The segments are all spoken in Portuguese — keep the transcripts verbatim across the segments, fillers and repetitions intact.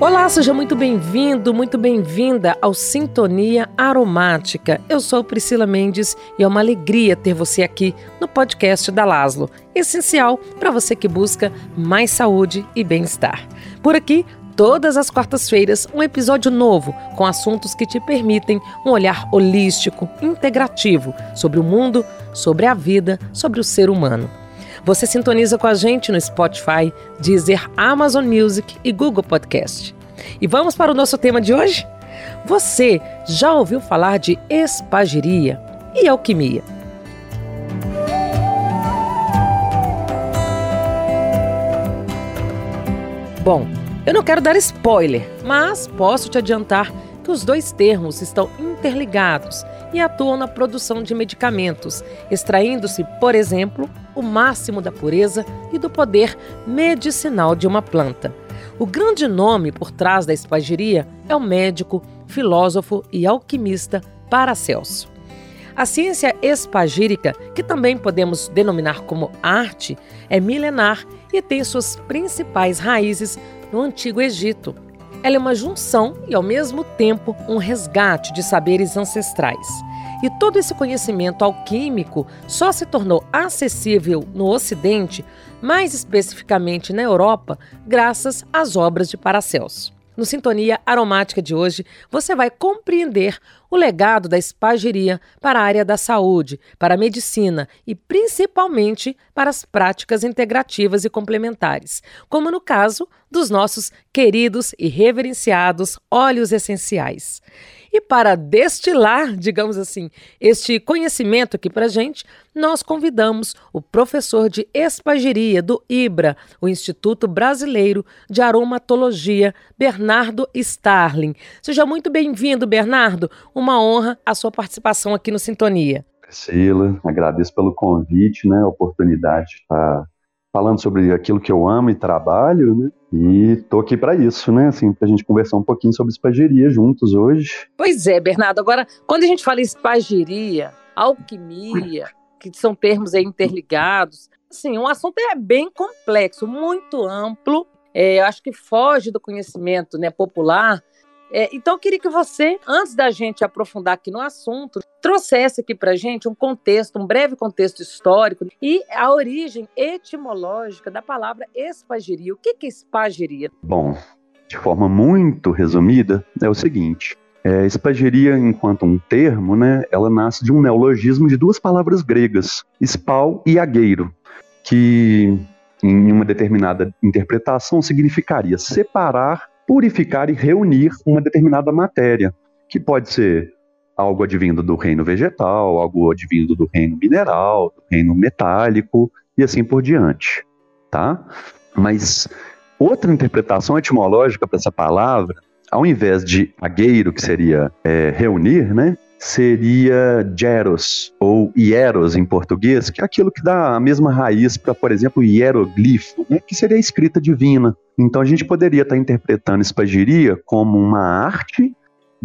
Olá, seja muito bem-vindo, muito bem-vinda ao Sintonia Aromática. Eu sou Priscila Mendes e é uma alegria ter você aqui no podcast da Laszlo, essencial para você que busca mais saúde e bem-estar. Por aqui, todas as quartas-feiras, um episódio novo com assuntos que te permitem um olhar holístico, integrativo sobre o mundo, sobre a vida, sobre o ser humano. Você sintoniza com a gente no Spotify, Deezer, Amazon Music e Google Podcast. E vamos para o nosso tema de hoje? Você já ouviu falar de espagiria e alquimia? Bom, eu não quero dar spoiler, mas posso te adiantar que os dois termos estão interligados e atuam na produção de medicamentos, extraindo-se, por exemplo, o máximo da pureza e do poder medicinal de uma planta. O grande nome por trás da espagiria é o médico, filósofo e alquimista Paracelso. A ciência espagírica, que também podemos denominar como arte, é milenar e tem suas principais raízes no Antigo Egito. Ela é uma junção e, ao mesmo tempo, um resgate de saberes ancestrais. E todo esse conhecimento alquímico só se tornou acessível no Ocidente, mais especificamente na Europa, graças às obras de Paracelso. No Sintonia Aromática de hoje, você vai compreender o legado da espagiria para a área da saúde, para a medicina e principalmente para as práticas integrativas e complementares, como no caso dos nossos queridos e reverenciados óleos essenciais. E para destilar, digamos assim, este conhecimento aqui para a gente, nós convidamos o professor de espagiria do IBRA, o Instituto Brasileiro de Aromatologia, Bernardo Starling. Seja muito bem-vindo, Bernardo. Uma honra a sua participação aqui no Sintonia. Priscila, agradeço pelo convite, né, a oportunidade de estar falando sobre aquilo que eu amo e trabalho, né? E tô aqui para isso, né? Assim, pra gente conversar um pouquinho sobre espagiria juntos hoje. Pois é, Bernardo. Agora, quando a gente fala em espagiria, alquimia, que são termos aí interligados, assim, o assunto é bem complexo, muito amplo. É, eu acho que foge do conhecimento, né, popular. É, então, eu queria que você, antes da gente aprofundar aqui no assunto, trouxesse aqui para a gente um contexto, um breve contexto histórico e a origem etimológica da palavra espagiria. O que é espagiria? Bom, de forma muito resumida, é o seguinte. É, espagiria, enquanto um termo, né, ela nasce de um neologismo de duas palavras gregas, spal e agueiro, que em uma determinada interpretação significaria separar, purificar e reunir uma determinada matéria, que pode ser algo advindo do reino vegetal, algo advindo do reino mineral, do reino metálico e assim por diante, tá? Mas outra interpretação etimológica para essa palavra, ao invés de agueiro, que seria é, reunir, né, seria geros, ou hieros em português, que é aquilo que dá a mesma raiz para, por exemplo, hieroglifo, né, que seria a escrita divina. Então a gente poderia estar interpretando espagiria como uma arte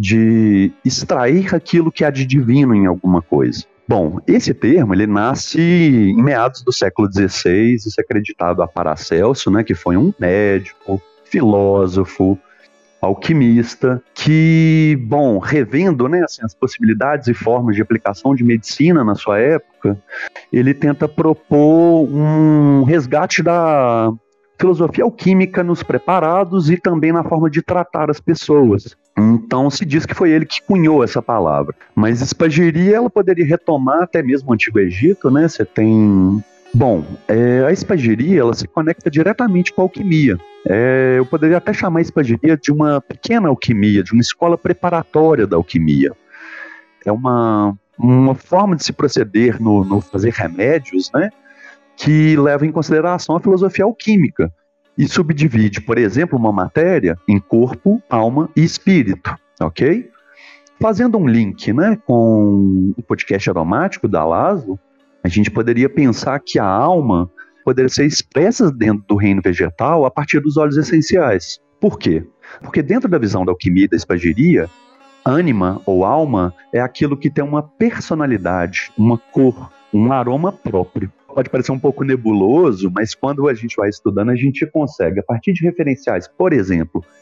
de extrair aquilo que há de divino em alguma coisa. Bom, esse termo ele nasce em meados do século dezesseis, isso é acreditado a Paracelso, né, que foi um médico, filósofo, alquimista, que, bom, revendo, né, assim, as possibilidades e formas de aplicação de medicina na sua época, ele tenta propor um resgate da filosofia alquímica nos preparados e também na forma de tratar as pessoas. Então se diz que foi ele que cunhou essa palavra. Mas espagiria, ela poderia retomar até mesmo o Antigo Egito, né? Você tem... Bom, é, a espagiria, ela se conecta diretamente com a alquimia. É, eu poderia até chamar a espagiria de uma pequena alquimia, de uma escola preparatória da alquimia. É uma, uma forma de se proceder no, no fazer remédios, né? Que leva em consideração a filosofia alquímica e subdivide, por exemplo, uma matéria em corpo, alma e espírito, ok? Fazendo um link, né, com o podcast aromático da Laszlo, a gente poderia pensar que a alma poderia ser expressa dentro do reino vegetal a partir dos óleos essenciais. Por quê? Porque dentro da visão da alquimia e da espagiria, ânima ou alma é aquilo que tem uma personalidade, uma cor, um aroma próprio. Pode parecer um pouco nebuloso, mas quando a gente vai estudando, a gente consegue, a partir de referenciais, por exemplo,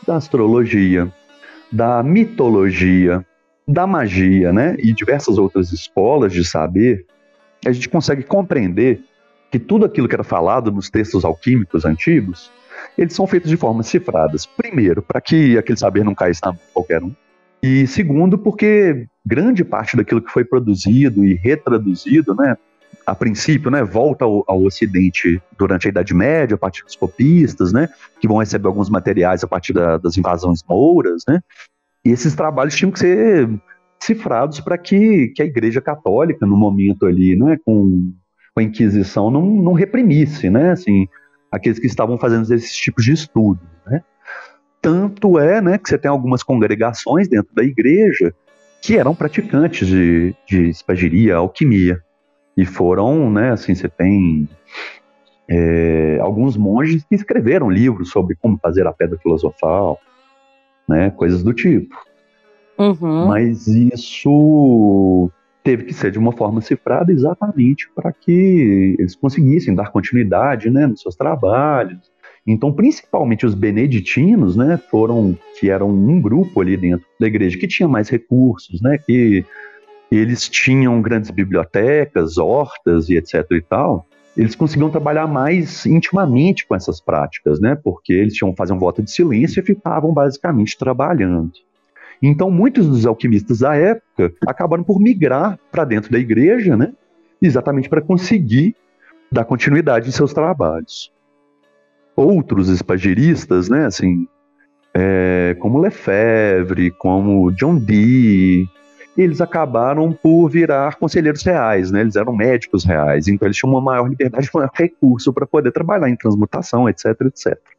da astrologia, da mitologia, da magia, né, e diversas outras escolas de saber, a gente consegue compreender que tudo aquilo que era falado nos textos alquímicos antigos, eles são feitos de formas cifradas. Primeiro, para que aquele saber não caísse na mão de qualquer um. E segundo, porque grande parte daquilo que foi produzido e retraduzido, né, a princípio, né, volta ao, ao Ocidente durante a Idade Média, a partir dos copistas, né, que vão receber alguns materiais a partir da, das invasões mouras, né, e esses trabalhos tinham que ser cifrados para que, que a Igreja Católica, no momento ali, né, com, com a Inquisição, não, não reprimisse, né, assim, aqueles que estavam fazendo esses tipos de estudos, né. Tanto é, né, que você tem algumas congregações dentro da igreja que eram praticantes de, de espagiria, alquimia. E foram, né, assim, você tem é, alguns monges que escreveram livros sobre como fazer a pedra filosofal, né, coisas do tipo. Uhum. Mas isso teve que ser de uma forma cifrada exatamente para que eles conseguissem dar continuidade, né, nos seus trabalhos. Então, principalmente os beneditinos, né, foram, que eram um grupo ali dentro da igreja que tinha mais recursos, né, que eles tinham grandes bibliotecas, hortas e etc e tal, eles conseguiam trabalhar mais intimamente com essas práticas, né, porque eles tinham que fazer um voto de silêncio e ficavam basicamente trabalhando. Então, muitos dos alquimistas da época acabaram por migrar para dentro da igreja, né, exatamente para conseguir dar continuidade em seus trabalhos. Outros espagiristas, né, assim, é, como Lefebvre, como John Dee, eles acabaram por virar conselheiros reais, né, eles eram médicos reais, então eles tinham uma maior liberdade, um maior recurso para poder trabalhar em transmutação, etc, etcétera.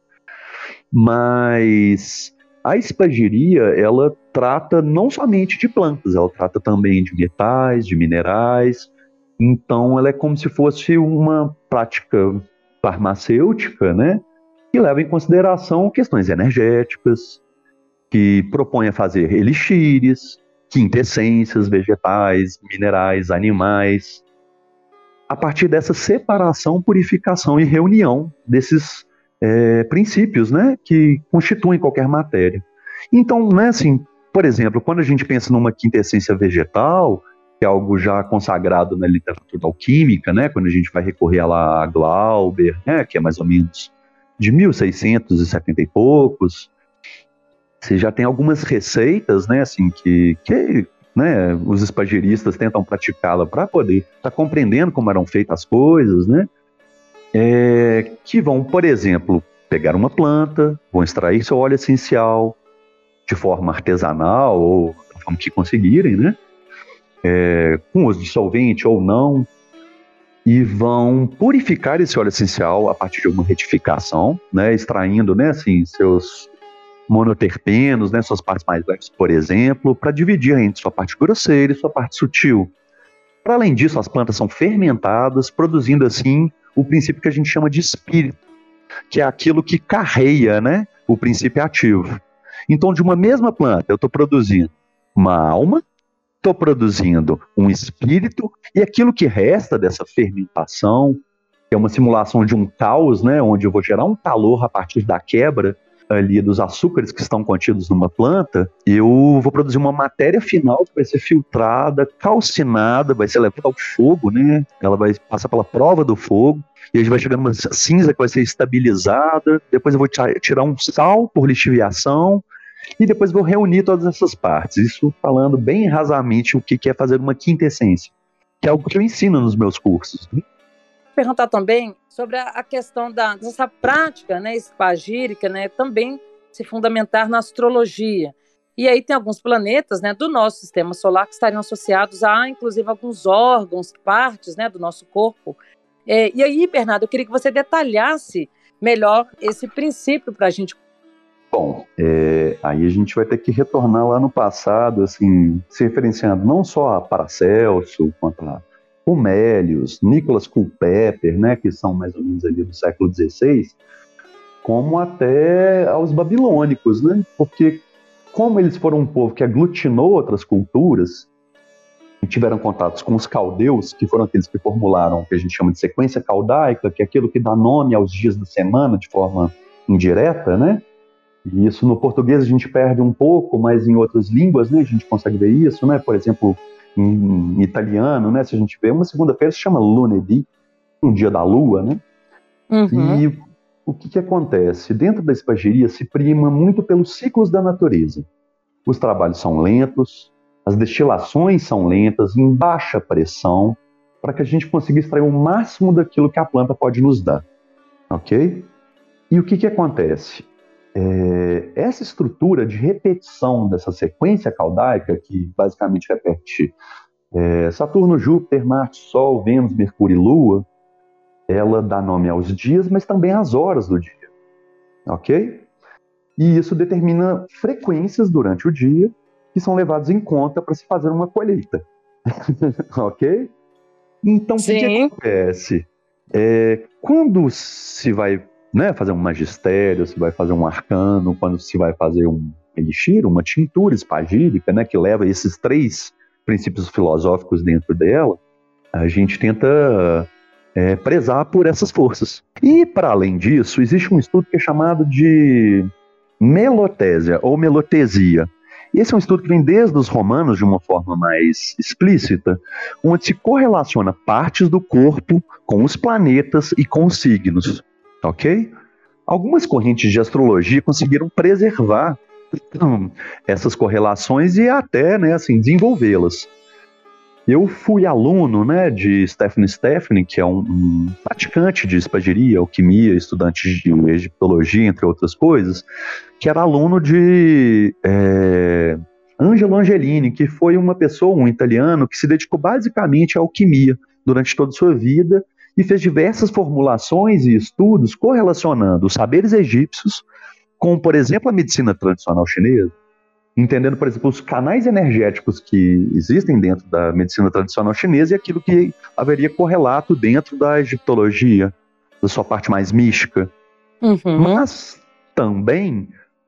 Mas a espagiria, ela trata não somente de plantas, ela trata também de metais, de minerais, então ela é como se fosse uma prática farmacêutica, né, que leva em consideração questões energéticas, que propõe a fazer elixires, quintessências, vegetais, minerais, animais, a partir dessa separação, purificação e reunião desses é, princípios, né, que constituem qualquer matéria. Então, né, assim, por exemplo, quando a gente pensa numa quintessência vegetal, que é algo já consagrado na literatura alquímica, né, quando a gente vai recorrer lá a Glauber, né, que é mais ou menos de mil seiscentos e setenta e poucos, você já tem algumas receitas, né, assim, que, que né, os espagiristas tentam praticá-la para poder estar tá compreendendo como eram feitas as coisas, né, é, que vão, por exemplo, pegar uma planta, vão extrair seu óleo essencial de forma artesanal ou da forma que conseguirem, né, é, com uso de solvente ou não, e vão purificar esse óleo essencial a partir de uma retificação, né, extraindo, né, assim, seus monoterpenos, né, suas partes mais leves, por exemplo, para dividir entre sua parte grosseira e sua parte sutil. Para além disso, as plantas são fermentadas, produzindo assim o princípio que a gente chama de espírito, que é aquilo que carreia, né, o princípio ativo. Então, de uma mesma planta, eu estou produzindo uma alma, estou produzindo um espírito, e aquilo que resta dessa fermentação, que é uma simulação de um caos, né, onde eu vou gerar um calor a partir da quebra ali dos açúcares que estão contidos numa planta, eu vou produzir uma matéria final que vai ser filtrada, calcinada, vai ser levada ao fogo, né, ela vai passar pela prova do fogo, e a gente vai chegar numa cinza que vai ser estabilizada, depois eu vou tirar um sal por lixiviação, e depois vou reunir todas essas partes. Isso falando bem rasamente o que é fazer uma quintessência, que é algo que eu ensino nos meus cursos. Perguntar também sobre a questão da, dessa prática, né, espagírica, né, também se fundamentar na astrologia. E aí tem alguns planetas, né, do nosso sistema solar que estariam associados a, inclusive, alguns órgãos, partes, né, do nosso corpo. É, e aí, Bernardo, eu queria que você detalhasse melhor esse princípio para a gente. Bom, é, aí a gente vai ter que retornar lá no passado, assim, se referenciando não só a Paracelso, quanto a Homélios, Nicholas Culpeper, né, que são mais ou menos ali do século dezesseis, como até aos babilônicos, né, porque como eles foram um povo que aglutinou outras culturas, e tiveram contatos com os caldeus, que foram aqueles que formularam o que a gente chama de sequência caldaica, que é aquilo que dá nome aos dias da semana de forma indireta, né, E isso no português a gente perde um pouco, mas em outras línguas, né, a gente consegue ver isso, né? Por exemplo, em, em italiano, né, se a gente vê, uma segunda-feira se chama lunedì, um dia da lua, né? Uhum. E o que, que acontece? Dentro da espagiria se prima muito pelos ciclos da natureza. Os trabalhos são lentos, as destilações são lentas, em baixa pressão, para que a gente consiga extrair o máximo daquilo que a planta pode nos dar, ok? E o que, que acontece? É, essa estrutura de repetição dessa sequência caldaica, que basicamente repete é, Saturno, Júpiter, Marte, Sol, Vênus, Mercúrio e Lua, ela dá nome aos dias, mas também às horas do dia, ok? E isso determina frequências durante o dia que são levadas em conta para se fazer uma colheita, ok? Então, o que, que acontece? É, quando se vai, né, fazer um magistério, se vai fazer um arcano, quando se vai fazer um elixir, uma tintura espagírica, né, que leva esses três princípios filosóficos dentro dela, a gente tenta é, prezar por essas forças. E, para além disso, existe um estudo que é chamado de melotésia ou melotesia. Esse é um estudo que vem desde os romanos de uma forma mais explícita, onde se correlaciona partes do corpo com os planetas e com os signos, ok? Algumas correntes de astrologia conseguiram preservar hum, essas correlações e até, né, assim, desenvolvê-las. Eu fui aluno, né, de Stephen Stephanie, que é um, um praticante de espagiria, alquimia, estudante de egiptologia, entre outras coisas, que era aluno de é, Angelo Angelini, que foi uma pessoa, um italiano, que se dedicou basicamente à alquimia durante toda a sua vida e fez diversas formulações e estudos correlacionando os saberes egípcios com, por exemplo, a medicina tradicional chinesa, entendendo, por exemplo, os canais energéticos que existem dentro da medicina tradicional chinesa e aquilo que haveria correlato dentro da egiptologia, da sua parte mais mística. Uhum. Mas também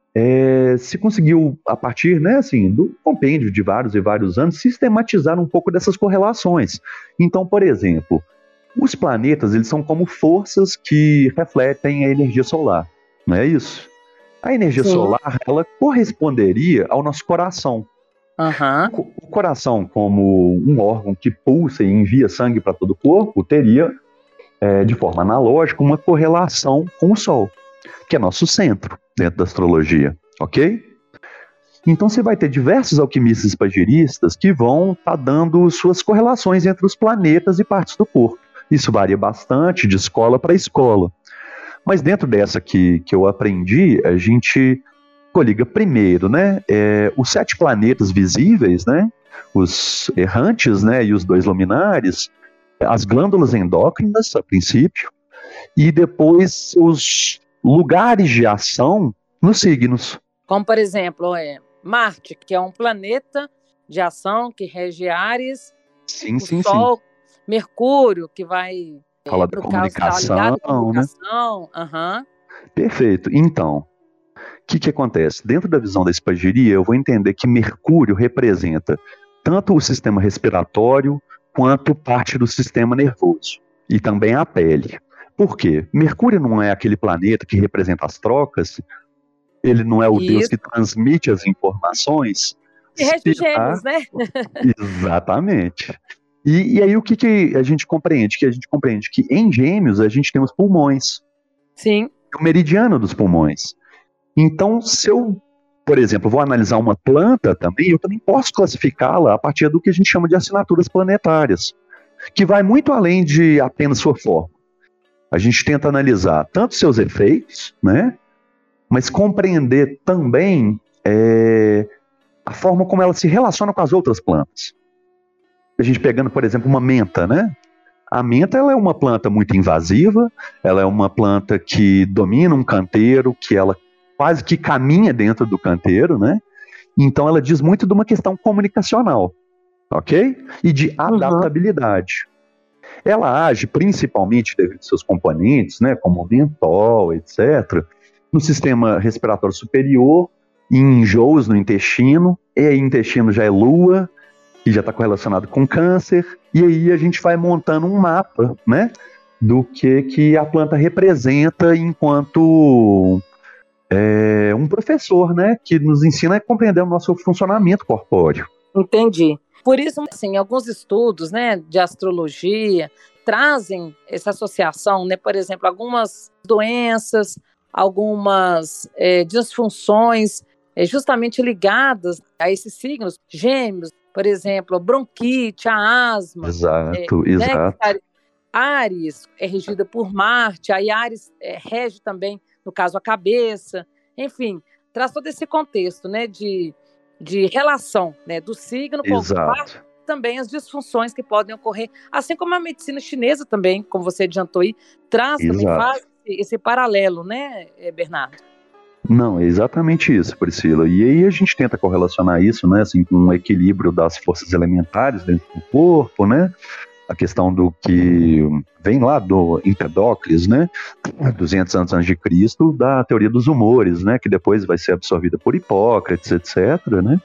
é, se conseguiu, a partir, né, assim, do compêndio de vários e vários anos, sistematizar um pouco dessas correlações. Então, por exemplo, os planetas, eles são como forças que refletem a energia solar, não é isso? A energia Sim. solar, ela corresponderia ao nosso coração. Uhum. O coração, como um órgão que pulsa e envia sangue para todo o corpo, teria, é, de forma analógica, uma correlação com o Sol, que é nosso centro dentro da astrologia, ok? Então você vai ter diversos alquimistas espagiristas que vão estar tá dando suas correlações entre os planetas e partes do corpo. Isso varia bastante de escola para escola. Mas dentro dessa que, que eu aprendi, a gente coliga primeiro, né, é, os sete planetas visíveis, né, os errantes, né, e os dois luminares, as glândulas endócrinas, a princípio, e depois os lugares de ação nos signos. Como, por exemplo, é, Marte, que é um planeta de ação que rege Áries, sim, o sim, Sol, sim. Mercúrio, que vai... Fala é, da comunicação, ligado à comunicação. né? Uhum. Perfeito. Então, o que, que acontece? Dentro da visão da espagiria, eu vou entender que Mercúrio representa tanto o sistema respiratório quanto parte do sistema nervoso e também a pele. Por quê? Mercúrio não é aquele planeta que representa as trocas, ele não é o Isso. Deus que transmite as informações. E rege Gêmeos, né? Exatamente. E, e aí o que, que a gente compreende? Que a gente compreende que em Gêmeos a gente tem os pulmões. Sim. O meridiano dos pulmões. Então, se eu, por exemplo, vou analisar uma planta também, eu também posso classificá-la a partir do que a gente chama de assinaturas planetárias, que vai muito além de apenas sua forma. A gente tenta analisar tanto seus efeitos, né, mas compreender também é, a forma como ela se relaciona com as outras plantas. A gente pegando, por exemplo, uma menta, né? A menta, ela é uma planta muito invasiva, ela é uma planta que domina um canteiro, que ela quase que caminha dentro do canteiro, né? Então ela diz muito de uma questão comunicacional, ok? E de adaptabilidade. Uhum. Ela age principalmente devido aos seus componentes, né? Como o mentol, etcétera, no sistema respiratório superior, em enjoos no intestino, e aí intestino já é lua, que já está correlacionado com câncer, e aí a gente vai montando um mapa, né, do que, que a planta representa enquanto é um professor, né, que nos ensina a compreender o nosso funcionamento corpóreo. Entendi. Por isso, assim, alguns estudos, né, de astrologia trazem essa associação, né, por exemplo, algumas doenças, algumas é, disfunções é, justamente ligadas a esses signos, gêmeos, por exemplo, bronquite, a asma. Exato, é, exato. Né, Áries é regida por Marte, aí Áries é, rege também, no caso, a cabeça, enfim, traz todo esse contexto, né, de, de relação, né, do signo com o Marte, também as disfunções que podem ocorrer, assim como a medicina chinesa também, como você adiantou aí, traz Exato. Também, faz esse, esse paralelo, né, Bernardo? Não, é exatamente isso, Priscila. E aí a gente tenta correlacionar isso, né, assim, com um equilíbrio das forças elementares dentro do corpo, né, a questão do que vem lá do Empedocles, né, duzentos anos antes de Cristo, da teoria dos humores, né, que depois vai ser absorvida por Hipócrates, etcétera, né,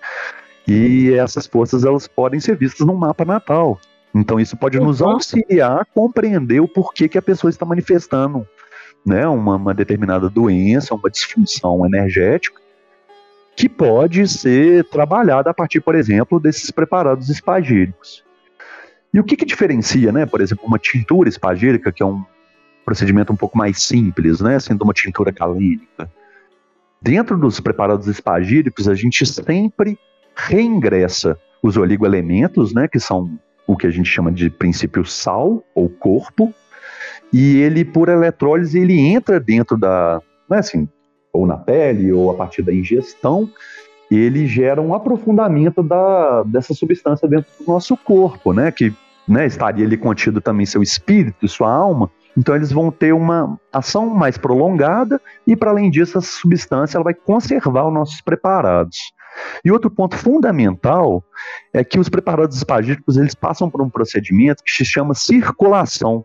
e essas forças, elas podem ser vistas num mapa natal. Então isso pode nos auxiliar a compreender o porquê que a pessoa está manifestando, né, uma, uma determinada doença, uma disfunção energética, que pode ser trabalhada a partir, por exemplo, desses preparados espagíricos. E o que que diferencia, né, por exemplo, uma tintura espagírica, que é um procedimento um pouco mais simples, né, sendo uma tintura galênica? Dentro dos preparados espagíricos, a gente sempre reingressa os oligoelementos, né, que são o que a gente chama de princípio sal, ou corpo, e ele, por eletrólise, ele entra dentro da, né, assim, ou na pele, ou a partir da ingestão, ele gera um aprofundamento da, dessa substância dentro do nosso corpo, né, que, né, estaria ali contido também seu espírito e sua alma. Então eles vão ter uma ação mais prolongada e, para além disso, essa substância ela vai conservar os nossos preparados. E outro ponto fundamental é que os preparados espagíricos, eles passam por um procedimento que se chama circulação.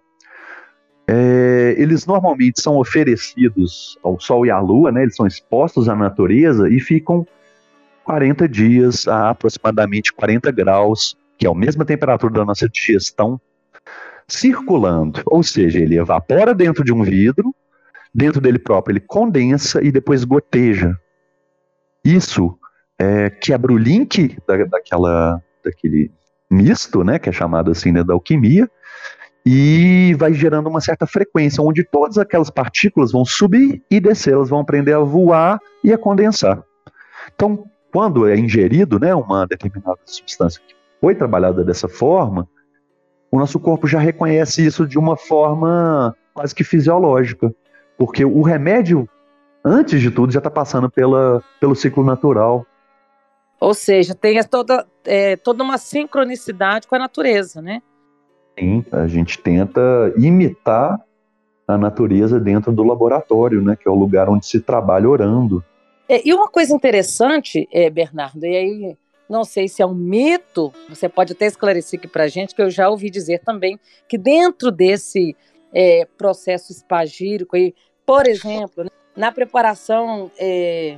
É, eles normalmente são oferecidos ao Sol e à Lua, né, eles são expostos à natureza e ficam quarenta dias a aproximadamente quarenta graus, que é a mesma temperatura da nossa digestão, circulando. Ou seja, ele evapora dentro de um vidro, dentro dele próprio ele condensa e depois goteja. Isso é, quebra o link da, daquela, daquele misto, né, que é chamado assim, né, da alquimia, e vai gerando uma certa frequência, onde todas aquelas partículas vão subir e descer, elas vão aprender a voar e a condensar. Então, quando é ingerido, né, uma determinada substância que foi trabalhada dessa forma, o nosso corpo já reconhece isso de uma forma quase que fisiológica, porque o remédio, antes de tudo, já está passando pela, pelo ciclo natural. Ou seja, tem toda, é, toda uma sincronicidade com a natureza, né? Sim, a gente tenta imitar a natureza dentro do laboratório, né, que é o lugar onde se trabalha orando. É, e uma coisa interessante, é, Bernardo, e aí não sei se é um mito, você pode até esclarecer aqui para a gente, que eu já ouvi dizer também, que dentro desse é, processo espagírico, aí, por exemplo, né, na preparação, é,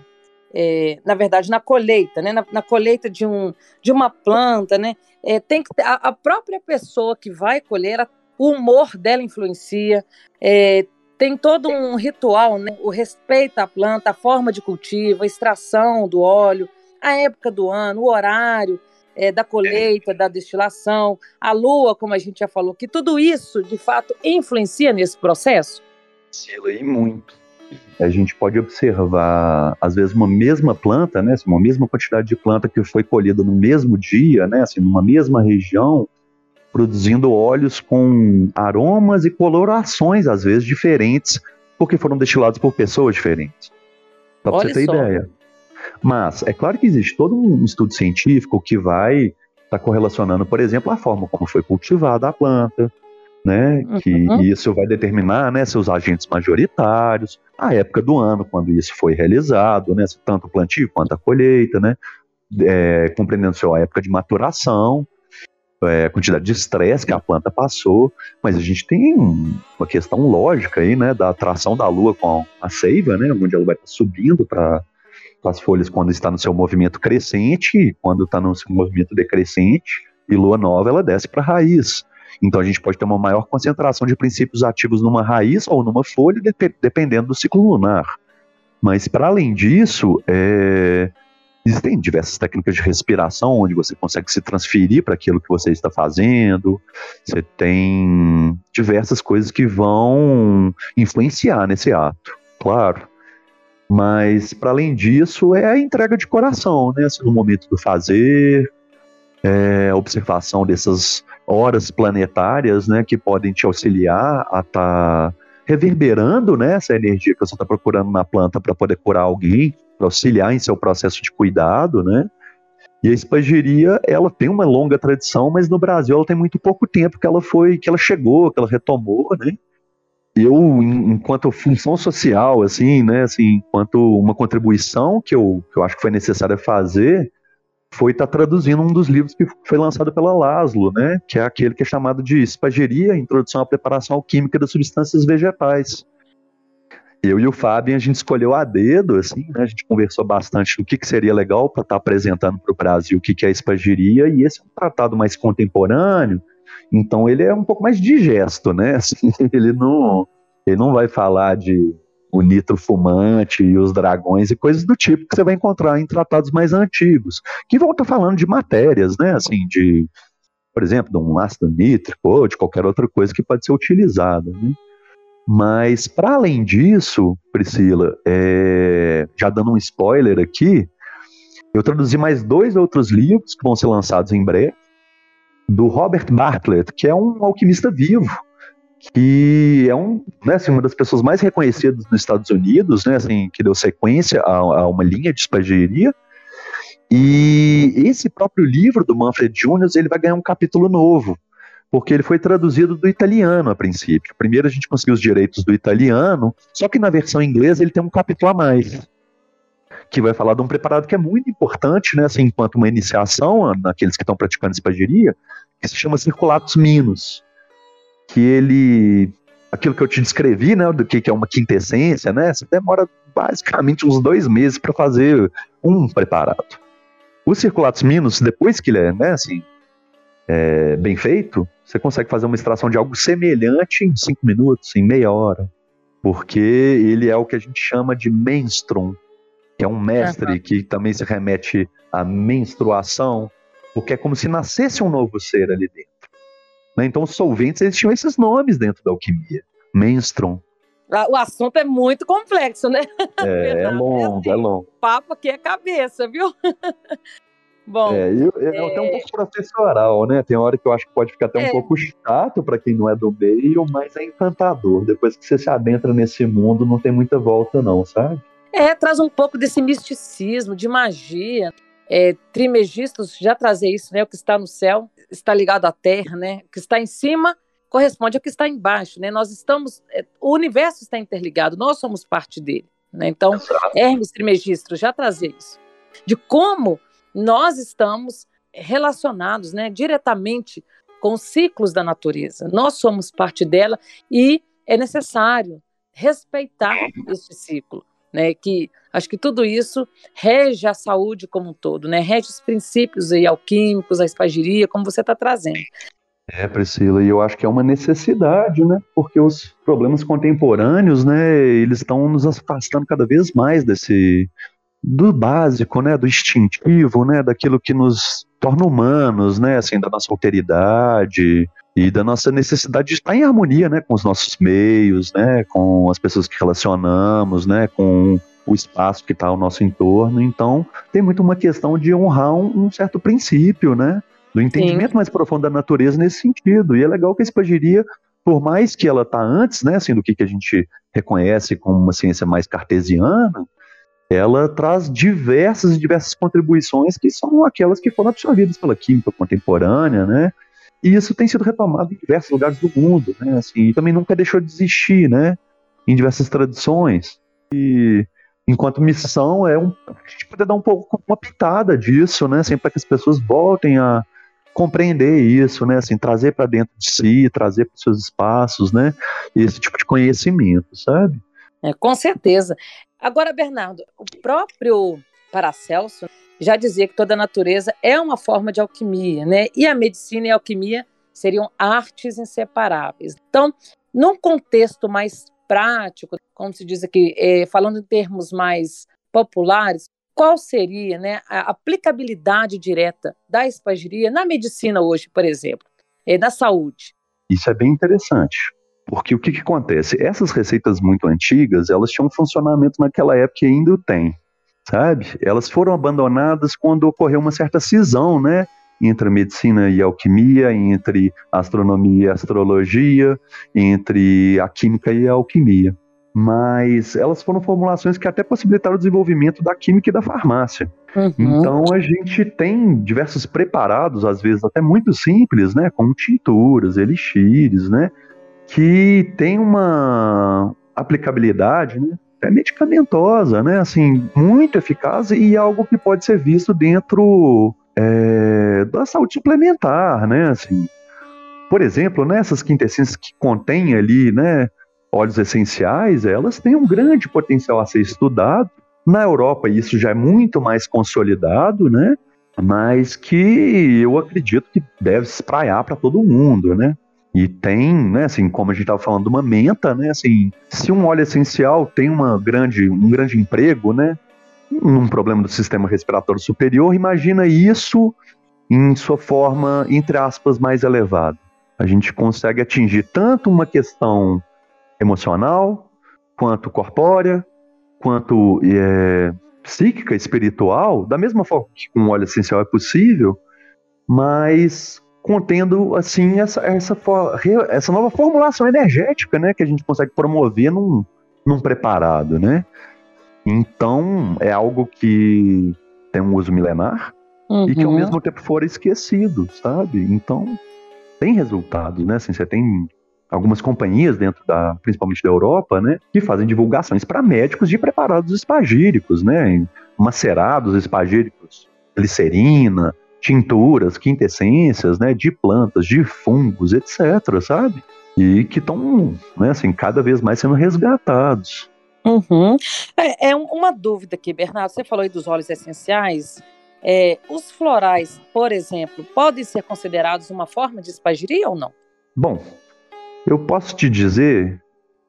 é, na verdade, na colheita, né, na, na colheita de, um, de uma planta, né, é, tem que a, a própria pessoa que vai colher, a, o humor dela influencia, é, tem todo um ritual, né, o respeito à planta, a forma de cultivo, a extração do óleo, a época do ano, o horário é, da colheita, da destilação, a lua, como a gente já falou, que tudo isso, de fato, influencia nesse processo? Influencia e muito. A gente pode observar, às vezes, uma mesma planta, né, uma mesma quantidade de planta que foi colhida no mesmo dia, né, assim, numa mesma região, produzindo óleos com aromas e colorações, às vezes, diferentes, porque foram destilados por pessoas diferentes. Só para você ter só. ideia. Mas é claro que existe todo um estudo científico que vai estar tá correlacionando, por exemplo, a forma como foi cultivada a planta, né? Uhum. Que isso vai determinar, né, seus agentes majoritários, a época do ano, quando isso foi realizado, né? Tanto o plantio quanto a colheita, né? É, compreendendo só a época de maturação, é, a quantidade de estresse que a planta passou, mas a gente tem uma questão lógica aí, né? Da atração da lua com a seiva, né? Onde ela vai estar subindo para as folhas quando está no seu movimento crescente, e quando está no seu movimento decrescente, e lua nova, ela desce para a raiz. Então a gente pode ter uma maior concentração de princípios ativos numa raiz ou numa folha, dep- dependendo do ciclo lunar. Mas, para além disso, é, existem diversas técnicas de respiração onde você consegue se transferir para aquilo que você está fazendo. Você tem diversas coisas que vão influenciar nesse ato, claro. Mas, para além disso, é a entrega de coração, né? Assim, no momento do fazer, é a observação dessas horas planetárias, né? Que podem te auxiliar a estar tá reverberando, né, essa energia que você está procurando na planta para poder curar alguém, para auxiliar em seu processo de cuidado, né? E a espagiria, ela tem uma longa tradição, mas no Brasil ela tem muito pouco tempo que ela foi, que ela chegou, que ela retomou, né? Eu, enquanto função social, assim, né, assim, enquanto uma contribuição que eu, que eu acho que foi necessária fazer, foi estar tá traduzindo um dos livros que foi lançado pela Laszlo, né, que é aquele que é chamado de Espagiria, Introdução à Preparação Alquímica das Substâncias Vegetais. Eu e o Fábio, a gente escolheu a dedo, assim, né, a gente conversou bastante do que, que seria legal para estar tá apresentando para o Brasil o que, que é a espagiria, e esse é um tratado mais contemporâneo, então ele é um pouco mais digesto, né, assim, ele não, ele não vai falar de o nitro fumante e os dragões e coisas do tipo que você vai encontrar em tratados mais antigos, que vão estar falando de matérias, né, assim, de, por exemplo, de um ácido nítrico ou de qualquer outra coisa que pode ser utilizada, né. Mas, para além disso, Priscila, é, já dando um spoiler aqui, eu traduzi mais dois outros livros que vão ser lançados em breve, do Robert Bartlett, que é um alquimista vivo, que é um, né, assim, uma das pessoas mais reconhecidas nos Estados Unidos, né, assim, que deu sequência a, a uma linha de espagiria. E esse próprio livro do Manfred Júnior, ele vai ganhar um capítulo novo, porque ele foi traduzido do italiano a princípio. Primeiro a gente conseguiu os direitos do italiano, só que na versão inglesa ele tem um capítulo a mais, que vai falar de um preparado que é muito importante, né, assim, enquanto uma iniciação naqueles que estão praticando espagiria, que se chama Circulatus Minus, que ele, aquilo que eu te descrevi, né, do que, que é uma quintessência, né, você demora basicamente uns dois meses para fazer um preparado. O Circulatus Minus, depois que ele é, né, assim, é, bem feito, você consegue fazer uma extração de algo semelhante em cinco minutos, em meia hora, porque ele é o que a gente chama de menstruum, que é um mestre uhum. que também se remete à menstruação, porque é como se nascesse um novo ser ali dentro. Né? Então os solventes, eles tinham esses nomes dentro da alquimia. Menstruum. O assunto é muito complexo, né? É, é longo, é, assim, é longo. O papo aqui é cabeça, viu? Bom, é, eu, eu é... até um pouco professoral, né? Tem hora que eu acho que pode ficar até um é. pouco chato para quem não é do meio, mas é encantador. Depois que você se adentra nesse mundo, não tem muita volta não, sabe? É, traz um pouco desse misticismo, de magia. É, Trimegistos já trazia isso, né? O que está no céu está ligado à terra, né? O que está em cima corresponde ao que está embaixo, né? Nós estamos, é, o universo está interligado, nós somos parte dele, né? Então, Hermes Trismegisto já trazia isso, de como nós estamos relacionados, né, diretamente com os ciclos da natureza. Nós somos parte dela e é necessário respeitar esse ciclo, né? Que acho que tudo isso rege a saúde como um todo, né? Rege os princípios aí, alquímicos, a espagiria, como você está trazendo. É, Priscila, e eu acho que é uma necessidade, né? Porque os problemas contemporâneos, né, eles estão nos afastando cada vez mais desse do básico, né, do instintivo, né, daquilo que nos torna humanos, né, assim, da nossa alteridade e da nossa necessidade de estar em harmonia, né, com os nossos meios, né, com as pessoas que relacionamos, né, com o espaço que está ao nosso entorno. Então, tem muito uma questão de honrar um, um certo princípio, né, do entendimento Sim. mais profundo da natureza nesse sentido. E é legal que a espagiria, por mais que ela está antes, né, assim, do que, que a gente reconhece como uma ciência mais cartesiana, ela traz diversas e diversas contribuições que são aquelas que foram absorvidas pela química contemporânea, né? E isso tem sido retomado em diversos lugares do mundo, né? Assim, e também nunca deixou de existir, né? Em diversas tradições. E enquanto missão é um, a gente poder dar um pouco uma pitada disso, né? Assim, para que as pessoas voltem a compreender isso, né? Assim, trazer para dentro de si, trazer para os seus espaços, né? Esse tipo de conhecimento, sabe? É, com certeza. Agora, Bernardo, o próprio Paracelso já dizia que toda a natureza é uma forma de alquimia, né? E a medicina e a alquimia seriam artes inseparáveis. Então, num contexto mais prático, como se diz aqui, é, falando em termos mais populares, qual seria, né, a aplicabilidade direta da espagiria na medicina hoje, por exemplo, é, na saúde? Isso é bem interessante, porque o que, que acontece? Essas receitas muito antigas, elas tinham um funcionamento naquela época e ainda tem, sabe? Elas foram abandonadas quando ocorreu uma certa cisão, né, entre a medicina e a alquimia, entre a astronomia e a astrologia, entre a química e a alquimia. Mas elas foram formulações que até possibilitaram o desenvolvimento da química e da farmácia. Uhum. Então a gente tem diversos preparados, às vezes até muito simples, né, como tinturas, elixires, né, que tem uma aplicabilidade, né, até medicamentosa, né, assim, muito eficaz e algo que pode ser visto dentro é, da saúde suplementar, né, assim. Por exemplo, né, essas quintessências que contêm ali, né, óleos essenciais, elas têm um grande potencial a ser estudado. Na Europa isso já é muito mais consolidado, né? Mas que eu acredito que deve se espraiar para todo mundo, né? E tem, né, assim, como a gente estava falando de uma menta, né, assim, se um óleo essencial tem uma grande, um grande emprego, né, num problema do sistema respiratório superior, imagina isso em sua forma, entre aspas, mais elevada. A gente consegue atingir tanto uma questão emocional, quanto corpórea, quanto é, psíquica, espiritual, da mesma forma que com óleo essencial é possível, mas contendo, assim, essa, essa, essa nova formulação energética, né, que a gente consegue promover num, num preparado, né? Então, é algo que tem um uso milenar, uhum, e que ao mesmo tempo fora esquecido, sabe? Então, tem resultados, né? Assim, você tem algumas companhias dentro da, principalmente da Europa, né, que fazem divulgações para médicos de preparados espagíricos, né, macerados espagíricos, glicerina, tinturas, quintessências, né, de plantas, de fungos, etc, sabe? E que estão, né, assim, cada vez mais sendo resgatados. Uhum. É, é uma dúvida aqui, Bernardo, você falou aí dos óleos essenciais, é, os florais, por exemplo, podem ser considerados uma forma de espagiria ou não? Bom, eu posso te dizer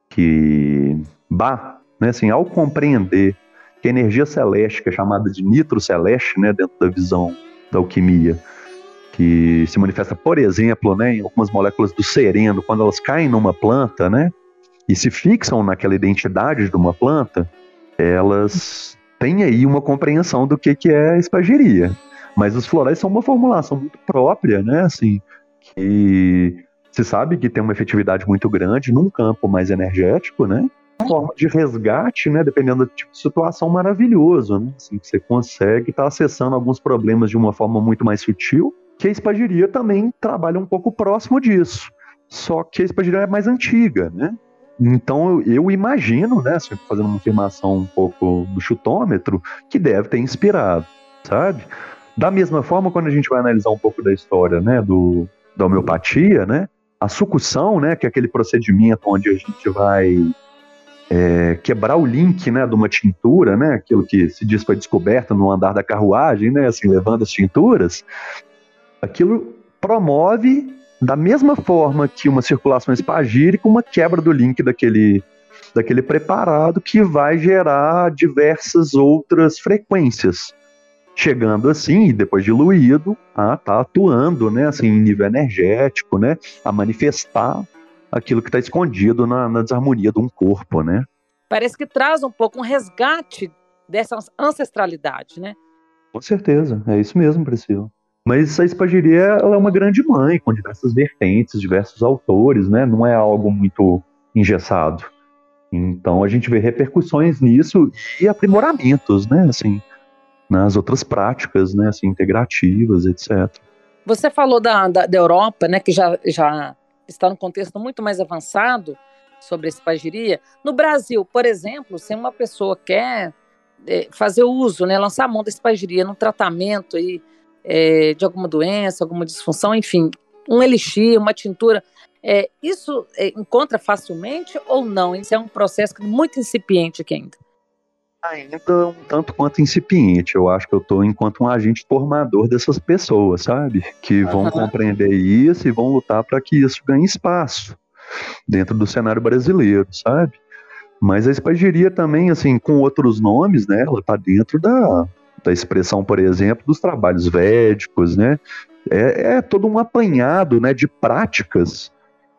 que Bach, né, assim, ao compreender que a energia celeste, que é chamada de nitro celeste, né, dentro da visão da alquimia, que se manifesta, por exemplo, né, em algumas moléculas do sereno, quando elas caem numa planta, né, e se fixam naquela identidade de uma planta, elas têm aí uma compreensão do que, que é a espagiria. Mas os florais são uma formulação muito própria, né, assim, que se sabe que tem uma efetividade muito grande num campo mais energético, né? Forma de resgate, né? Dependendo do tipo de situação, maravilhoso, né? Assim, você consegue estar tá acessando alguns problemas de uma forma muito mais sutil, que a espagiria também trabalha um pouco próximo disso. Só que a espagiria é mais antiga, né? Então eu, eu imagino, né? Assim, fazendo uma afirmação um pouco do chutômetro, que deve ter inspirado, sabe? Da mesma forma, quando a gente vai analisar um pouco da história, né? Do, da homeopatia, né? A sucção, né, que é aquele procedimento onde a gente vai é, quebrar o link, né, de uma tintura, né, aquilo que se diz foi descoberto no andar da carruagem, né, assim, levando as tinturas, aquilo promove, da mesma forma que uma circulação espagírica, uma quebra do link daquele, daquele preparado que vai gerar diversas outras frequências. Chegando assim, depois diluído, a estar tá atuando, né, assim, em nível energético, né, a manifestar aquilo que está escondido na, na desarmonia de um corpo, né. Parece que traz um pouco um resgate dessa ancestralidade, né? Com certeza, é isso mesmo, Priscila. Mas a espagiria, ela é uma grande mãe, com diversas vertentes, diversos autores, né, não é algo muito engessado. Então a gente vê repercussões nisso e aprimoramentos, né, assim, nas outras práticas, né, assim, integrativas, etcétera. Você falou da, da, da Europa, né, que já, já está num contexto muito mais avançado sobre a espagiria. No Brasil, por exemplo, se uma pessoa quer é, fazer uso, né, lançar a mão da espagiria num tratamento aí, é, de alguma doença, alguma disfunção, enfim, um elixir, uma tintura, é, isso é, encontra facilmente ou não? Isso é um processo muito incipiente aqui ainda. Ainda um tanto quanto incipiente. Eu acho que eu estou enquanto um agente formador dessas pessoas, sabe? Que vão uhum. compreender isso e vão lutar para que isso ganhe espaço dentro do cenário brasileiro, sabe? Mas a espagiria também, assim, com outros nomes, né, ela está dentro da, da expressão, por exemplo, dos trabalhos védicos, né, é, é todo um apanhado, né, de práticas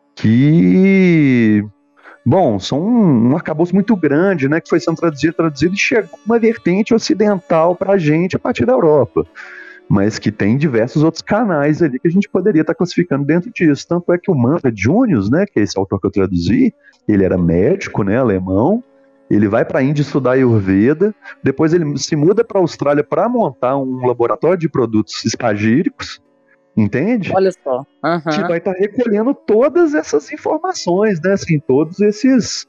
que, bom, são um, um arcabouço muito grande, né, que foi sendo traduzido, traduzido e chegou uma vertente ocidental para a gente a partir da Europa, mas que tem diversos outros canais ali que a gente poderia estar classificando dentro disso. Tanto é que o Manfred Junius, né, que é esse autor que eu traduzi, ele era médico, né, alemão, ele vai para a Índia estudar Ayurveda, depois ele se muda para a Austrália para montar um laboratório de produtos espagíricos, entende? Olha só. Uhum. Que vai estar recolhendo todas essas informações, né, assim, todos esses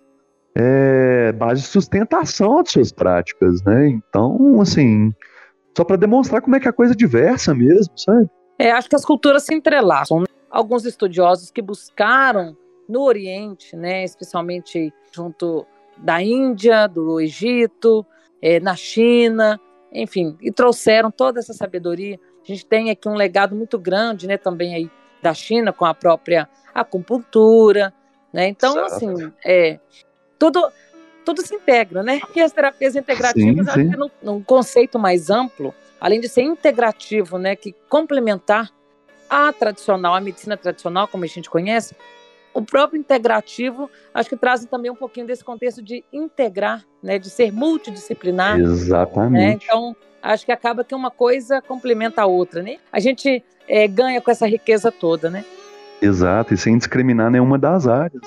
é, bases de sustentação de suas práticas, né, então, assim, só para demonstrar como é que a coisa é diversa mesmo, sabe? É, acho que as culturas se entrelaçam, né? Alguns estudiosos que buscaram no Oriente, né, especialmente junto da Índia, do Egito, é, na China, enfim, e trouxeram toda essa sabedoria. A gente tem aqui um legado muito grande, né, também aí da China, com a própria acupuntura, né, então, Exato. assim, é, tudo, tudo se integra, né, e as terapias integrativas, sim, sim. acho que num, num conceito mais amplo, além de ser integrativo, né, que complementar a tradicional, a medicina tradicional, como a gente conhece, o próprio integrativo, acho que traz também um pouquinho desse contexto de integrar, né, de ser multidisciplinar. Exatamente. Né? Então, acho que acaba que uma coisa complementa a outra, né? A gente é, ganha com essa riqueza toda, né? Exato, e sem discriminar nenhuma das áreas.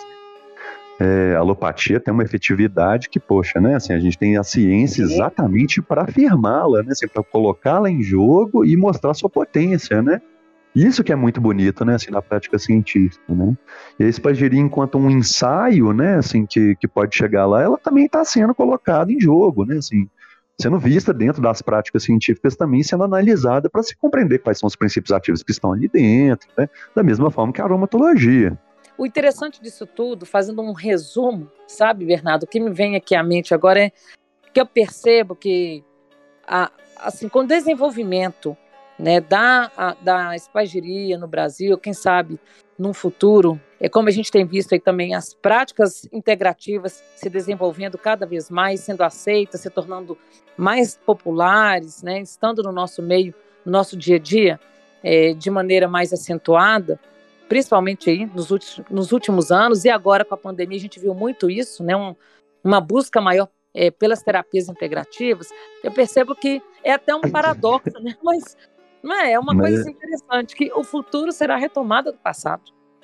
É, a alopatia tem uma efetividade que, poxa, né, assim, a gente tem a ciência Sim. exatamente para afirmá-la, né, assim, para colocá-la em jogo e mostrar sua potência, né? Isso que é muito bonito, né, assim, na prática científica, né? E a espagiria, enquanto um ensaio, né, assim, que, que pode chegar lá, ela também está sendo colocada em jogo, né, assim, sendo vista dentro das práticas científicas também, sendo analisada para se compreender quais são os princípios ativos que estão ali dentro, né? Da mesma forma que a aromatologia. O interessante disso tudo, fazendo um resumo, sabe, Bernardo, o que me vem aqui à mente agora é que eu percebo que, a, assim, com o desenvolvimento, né, da, a, da espagiria no Brasil, quem sabe num futuro, é como a gente tem visto aí também as práticas integrativas se desenvolvendo cada vez mais, sendo aceitas, se tornando mais populares, né, estando no nosso meio, no nosso dia a dia, é, de maneira mais acentuada, principalmente aí nos últimos, nos últimos anos, e agora com a pandemia a gente viu muito isso, né, um, uma busca maior é, pelas terapias integrativas. Eu percebo que é até um paradoxo, né, mas não é, é uma mas... coisa interessante, que o futuro será retomada do passado.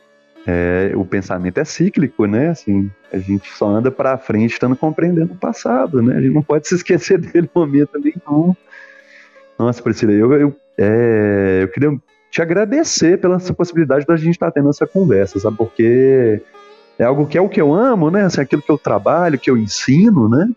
É, o pensamento é cíclico, né, assim, a gente só anda para frente estando compreendendo o passado, né, a gente não pode se esquecer dele no momento nenhum. Nossa, Priscila, eu, eu, é, eu queria te agradecer pela essa possibilidade da gente estar tendo essa conversa, sabe, porque é algo que é o que eu amo, né, assim, aquilo que eu trabalho, que eu ensino, né,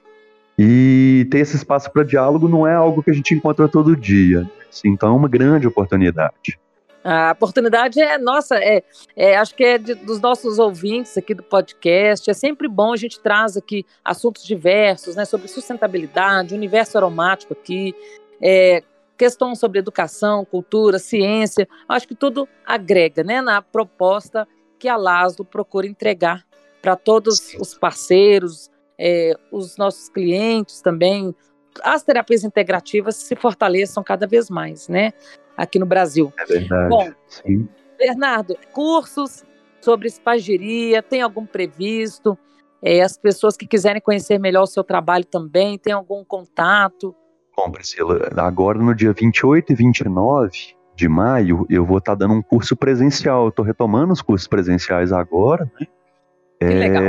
e ter esse espaço para diálogo não é algo que a gente encontra todo dia, assim, então é uma grande oportunidade. A oportunidade é nossa, é, é, acho que é de, dos nossos ouvintes aqui do podcast. É sempre bom, a gente traz aqui assuntos diversos, né, sobre sustentabilidade, universo aromático aqui, é, questão sobre educação, cultura, ciência. Acho que tudo agrega, né, na proposta que a Laszlo procura entregar para todos os parceiros, é, os nossos clientes também. As terapias integrativas se fortaleçam cada vez mais, né, aqui no Brasil. É verdade. Bom, sim. Bernardo, cursos sobre espagiria, tem algum previsto? É, as pessoas que quiserem conhecer melhor o seu trabalho também, tem algum contato? Bom, Priscila, agora no dia vinte e oito e vinte e nove de maio, eu vou estar dando um curso presencial. Eu estou retomando os cursos presenciais agora, né? Que é, legal.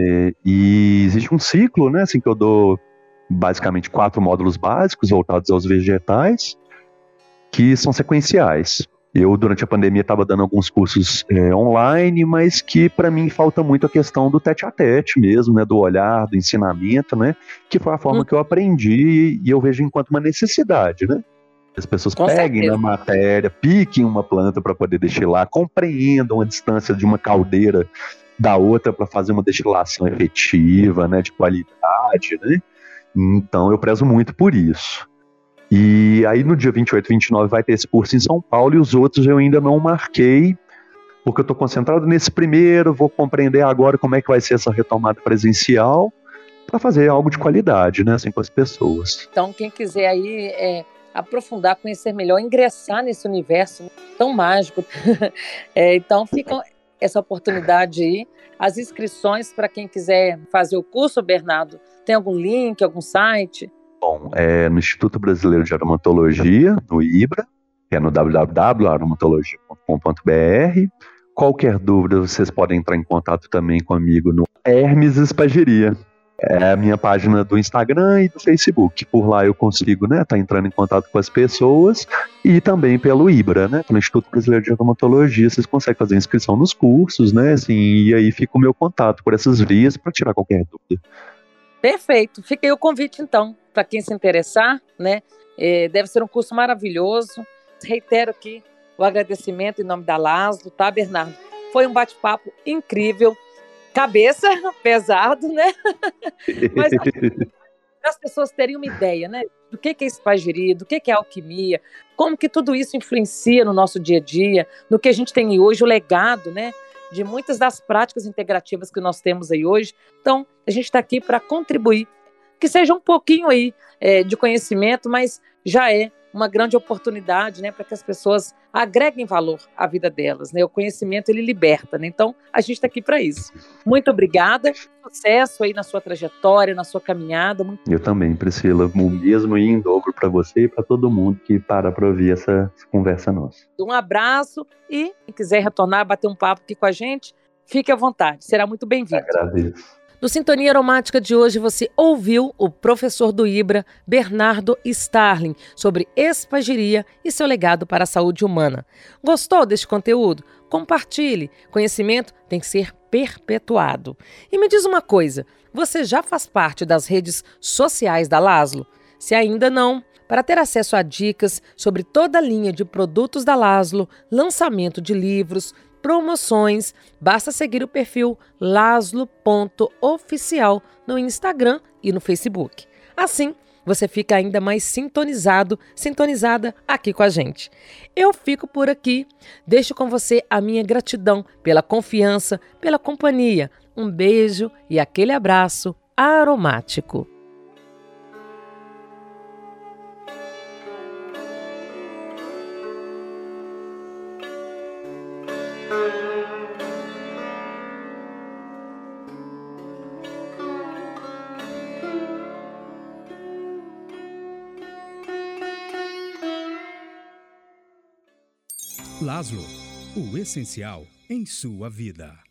E existe um ciclo, né, assim, que eu dou basicamente quatro módulos básicos voltados aos vegetais, que são sequenciais. Eu, durante a pandemia, estava dando alguns cursos é, online, mas que, para mim, falta muito a questão do tete-a-tete mesmo, né, do olhar, do ensinamento, né, que foi a forma hum. que eu aprendi e eu vejo enquanto uma necessidade, né. As pessoas Com peguem certeza. na matéria, piquem uma planta para poder destilar, compreendam a distância de uma caldeira da outra para fazer uma destilação efetiva, né, de qualidade, né. Então, eu prezo muito por isso. E aí no dia vinte e oito e vinte e nove vai ter esse curso em São Paulo e os outros eu ainda não marquei, porque eu estou concentrado nesse primeiro, vou compreender agora como é que vai ser essa retomada presencial, para fazer algo de qualidade, né, assim, com as pessoas. Então, quem quiser aí é, aprofundar, conhecer melhor, ingressar nesse universo tão mágico, é, então fica essa oportunidade aí. As inscrições para quem quiser fazer o curso, Bernardo, tem algum link, algum site? Bom, é no Instituto Brasileiro de Aromatologia, no IBRA, que é no w w w ponto aromatologia ponto com ponto b r. Qualquer dúvida, vocês podem entrar em contato também comigo no Hermes Espagiria. É a minha página do Instagram e do Facebook. Por lá eu consigo, né, tá entrando em contato com as pessoas, e também pelo IBRA, né, pelo Instituto Brasileiro de Aromatologia, vocês conseguem fazer inscrição nos cursos, né, assim, e aí fica o meu contato por essas vias para tirar qualquer dúvida. Perfeito. Fica aí o convite, então, para quem se interessar, né, é, deve ser um curso maravilhoso. Reitero aqui o agradecimento em nome da Laszlo, tá, Bernardo? Foi um bate-papo incrível. Cabeça pesado, né? Mas para as pessoas terem uma ideia, né? Do que é espagiria, do que é alquimia, como que tudo isso influencia no nosso dia a dia, no que a gente tem hoje, o legado, né? De muitas das práticas integrativas que nós temos aí hoje. Então, a gente está aqui para contribuir, que seja um pouquinho aí é, de conhecimento, mas já é uma grande oportunidade, né, para que as pessoas agreguem valor à vida delas, né? O conhecimento, ele liberta, né? Então, a gente está aqui para isso. Muito obrigada, sucesso aí na sua trajetória, na sua caminhada. Eu também, Priscila, o mesmo e em dobro para você e para todo mundo que para para ouvir essa, essa conversa nossa. Um abraço e quem quiser retornar, bater um papo aqui com a gente, fique à vontade, será muito bem-vindo. Agradeço. No Sintonia Aromática de hoje você ouviu o professor do IBRA, Bernardo Starling, sobre espagiria e seu legado para a saúde humana. Gostou deste conteúdo? Compartilhe. Conhecimento tem que ser perpetuado. E me diz uma coisa, você já faz parte das redes sociais da Laszlo? Se ainda não, para ter acesso a dicas sobre toda a linha de produtos da Laszlo, lançamento de livros, promoções, basta seguir o perfil laszlo ponto oficial no Instagram e no Facebook. Assim, você fica ainda mais sintonizado, sintonizada aqui com a gente. Eu fico por aqui, deixo com você a minha gratidão pela confiança, pela companhia. Um beijo e aquele abraço aromático. Laszlo, o essencial em sua vida.